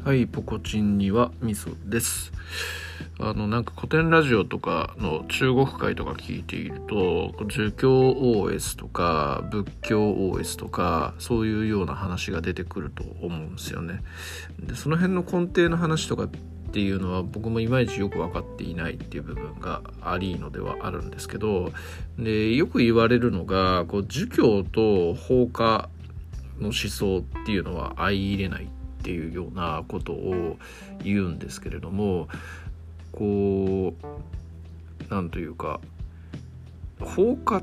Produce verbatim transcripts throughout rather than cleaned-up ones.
はい、ポコチンにはみそです。あのなんか古典ラジオとかの中国会とか聞いていると、儒教 オーエス とか仏教 オーエス とかそういうような話が出てくると思うんですよね。でその辺の根底の話とかっていうのは僕もいまいちよく分かっていないっていう部分がありのではあるんですけど、でよく言われるのがこう儒教と法華の思想っていうのは相入れないっていうようなことを言うんですけれども、こうなんというか法華って、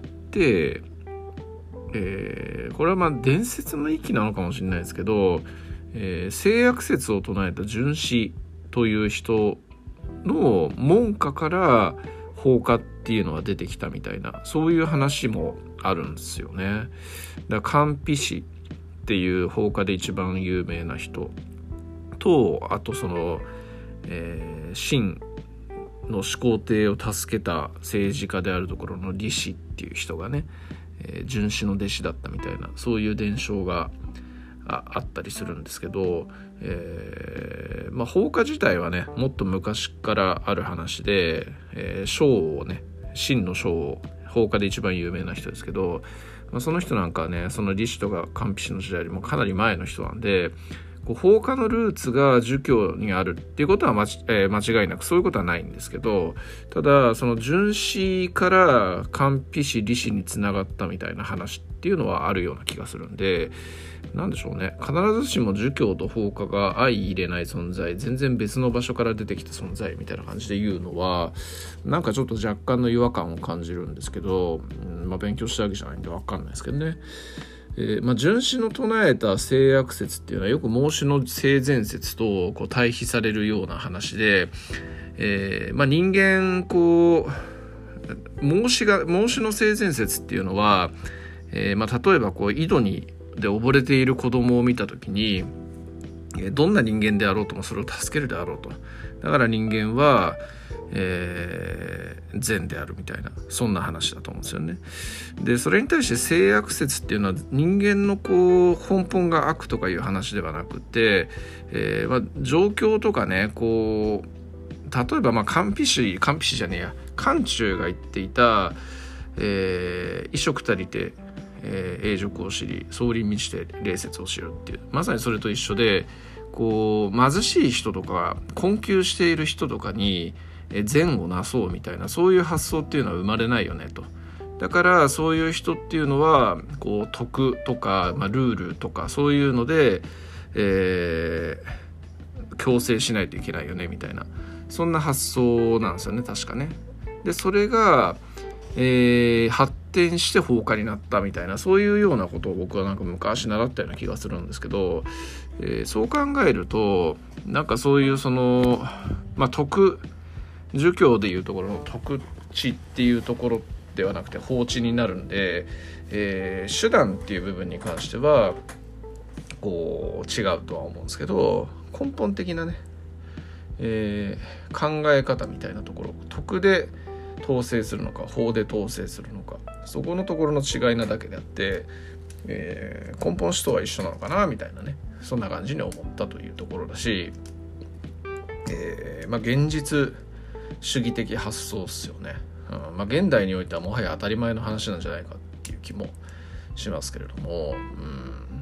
えー、これはまあ伝説の域なのかもしれないですけど、えー、性悪説を唱えた荀子という人の門下から法華っていうのは出てきたみたいな、そういう話もあるんですよね。だから韓非子っていう法華で一番有名な人と、あとその、えー、秦の始皇帝を助けた政治家であるところの李氏っていう人がね、えー、荀子の弟子だったみたいな、そういう伝承が あ, あったりするんですけど、えーまあ、法華自体はねもっと昔からある話で、えー、章をね秦の章を法華で一番有名な人ですけど、まあ、その人なんかはねその李氏とか韓非子の時代よりもかなり前の人なんで、こう法華のルーツが儒教にあるっていうことは間ち、えー、間違いなくそういうことはないんですけど、ただその荀子から韓非子李氏につながったみたいな話っていうのはあるような気がするんで、なんでしょうね、必ずしも儒教と法華が相入れない存在、全然別の場所から出てきた存在みたいな感じで言うのはなんかちょっと若干の違和感を感じるんですけど、うんまあ、勉強したわけじゃないんで分かんないですけどね。えーまあ、荀子の唱えた性悪説っていうのはよく孟子の性善説とこう対比されるような話で、えーまあ、人間こう孟子が孟子の性善説っていうのは、えーまあ、例えばこう井戸にで溺れている子供を見たときに、どんな人間であろうともそれを助けるであろうと、だから人間は、えー、善であるみたいな、そんな話だと思うんですよね。でそれに対して性悪説っていうのは人間のこう根本が悪とかいう話ではなくて、えーまあ、状況とかね、こう例えばまあ韓非子韓非子じゃねえや韓中が言っていた、えー、衣食足りてえー、永辱を知り総輪満ちて礼節を知るっていう、まさにそれと一緒で、こう貧しい人とか困窮している人とかに善をなそうみたいな、そういう発想っていうのは生まれないよねと。だからそういう人っていうのはこう徳とか、まあ、ルールとかそういうので、えー、強制しないといけないよねみたいな、そんな発想なんですよね確かね。でそれがえー、発展して法華になったみたいな、そういうようなことを僕はなんか昔習ったような気がするんですけど、えー、そう考えるとなんかそういうそのまあ徳儒教でいうところの徳知っていうところではなくて法知になるんで、えー、手段っていう部分に関してはこう違うとは思うんですけど、根本的なね、えー、考え方みたいなところ、徳で統制するのか法で統制するのか、そこのところの違いなだけであって、えー、根本思想は一緒なのかなみたいなね、そんな感じに思ったというところだし、えーまあ、現実主義的発想っすよね、うんまあ、現代においてはもはや当たり前の話なんじゃないかっていう気もしますけれども、うん、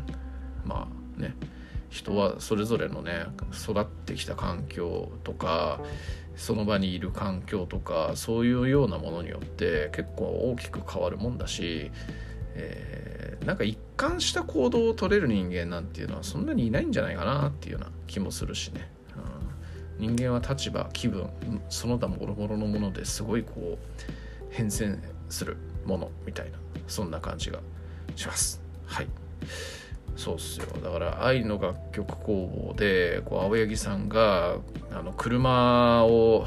まあね、人はそれぞれのね育ってきた環境とかその場にいる環境とかそういうようなものによって結構大きく変わるもんだし、えー、なんか一貫した行動を取れる人間なんていうのはそんなにいないんじゃないかなっていうような気もするしね、うん、人間は立場気分その他もろもろのものですごいこう変遷するものみたいな、そんな感じがします。はい、そうっすよ。だから愛の楽曲工房でこう青柳さんがあの車を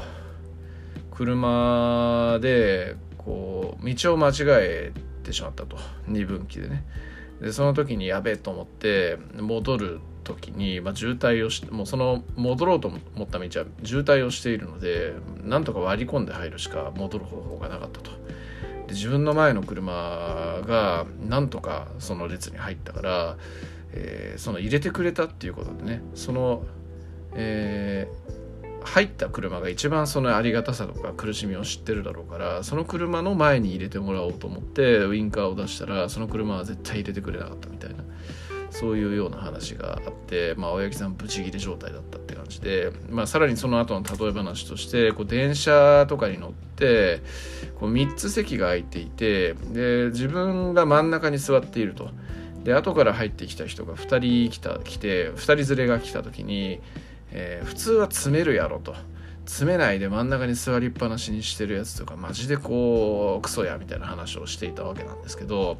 車でこう道を間違えてしまったと、二分岐でね。でその時にやべえと思って戻る時に、まあ、渋滞をしてもうその戻ろうと思った道は渋滞をしているのでなんとか割り込んで入るしか戻る方法がなかったと。で自分の前の車がなんとかその列に入ったから、えー、その入れてくれたっていうことでね、その、 えー、入った車が一番そのありがたさとか苦しみを知ってるだろうから、その車の前に入れてもらおうと思ってウインカーを出したら、その車は絶対入れてくれなかったみたいな、そういうような話があって、まあ、青柳さんブチギレ状態だったって感じで、まあ、さらにその後の例え話として、こう電車とかに乗ってこうみっつ席が空いていて、で自分が真ん中に座っていると。で後から入ってきた人がふたり来た来てふたり連れが来た時に、えー、普通は詰めるやろと。詰めないで真ん中に座りっぱなしにしてるやつとかマジでこうクソやみたいな話をしていたわけなんですけど、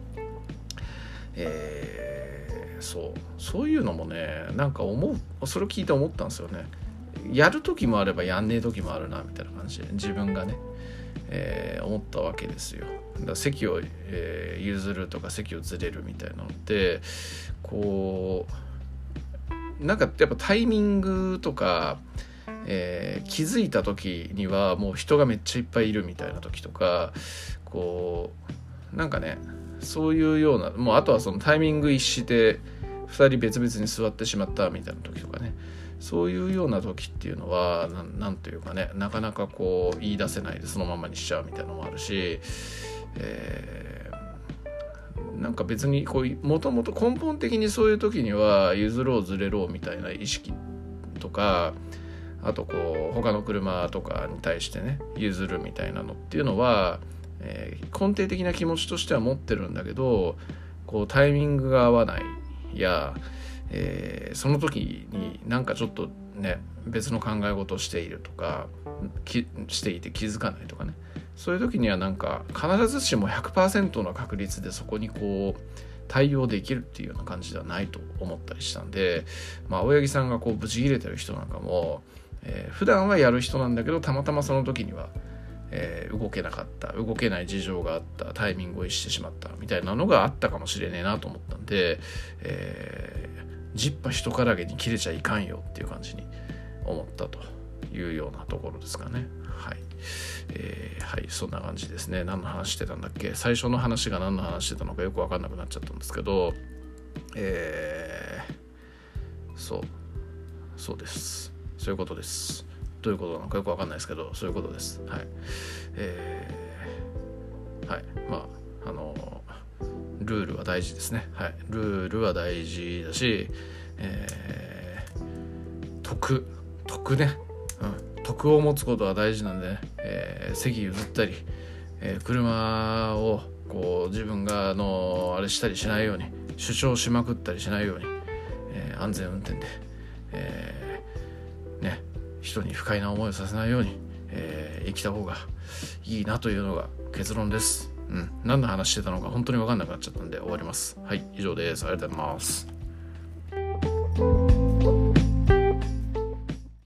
えーそうそういうのもね、なんか思う、それを聞いて思ったんですよね。やる時もあればやんねえ時もあるなみたいな感じで自分がね、えー、思ったわけですよ。だから席を、えー、譲るとか席をずれるみたいなのってこうなんかやっぱタイミングとか、えー、気づいた時にはもう人がめっちゃいっぱいいるみたいな時とか、こうなんかね、そういうような、もうあとはそのタイミング一致でふたり別々に座ってしまったみたいな時とかね、そういうような時っていうのは な, なんというかね、なかなかこう言い出せないでそのままにしちゃうみたいなのもあるし、えー、なんか別にこうもともと根本的にそういう時には譲ろうずれろうみたいな意識とか、あとこう他の車とかに対してね譲るみたいなのっていうのは、えー、根底的な気持ちとしては持ってるんだけど、こうタイミングが合わないや、えー、その時になんかちょっとね別の考え事をしているとかきしていて気づかないとかね、そういう時にはなんか必ずしも ひゃくパーセント の確率でそこにこう対応できるっていうような感じではないと思ったりしたんで、まあ青柳さんがこうブチ切れてる人なんかも、えー、普段はやる人なんだけどたまたまその時には、えー、動けなかった動けない事情があったタイミングを逸してしまったみたいなのがあったかもしれねえなと思ったんで、えー、ジッパ人からげに切れちゃいかんよっていう感じに思ったというようなところですかね。はい、えー、はい、そんな感じですね。何の話してたんだっけ。最初の話が何の話してたのかよく分かんなくなっちゃったんですけど、えー、そうそうですそういうことです。どういうことなのかよく分かんないですけど、そういうことです。はい、えー、はい、まああのルールは大事ですね。はい、ルールは大事だし、えー、得得ね、うん、得を持つことは大事なんで、ね、えー、席譲ったり、えー、車をこう自分があのあれしたりしないように、主張しまくったりしないように、えー、安全運転で、えー、ね人に不快な思いをさせないように、えー、生きた方がいいなというのが結論です。うん、何の話してたのか本当に分かんなくなっちゃったんで終わります。はい、以上です。ありがとうございます。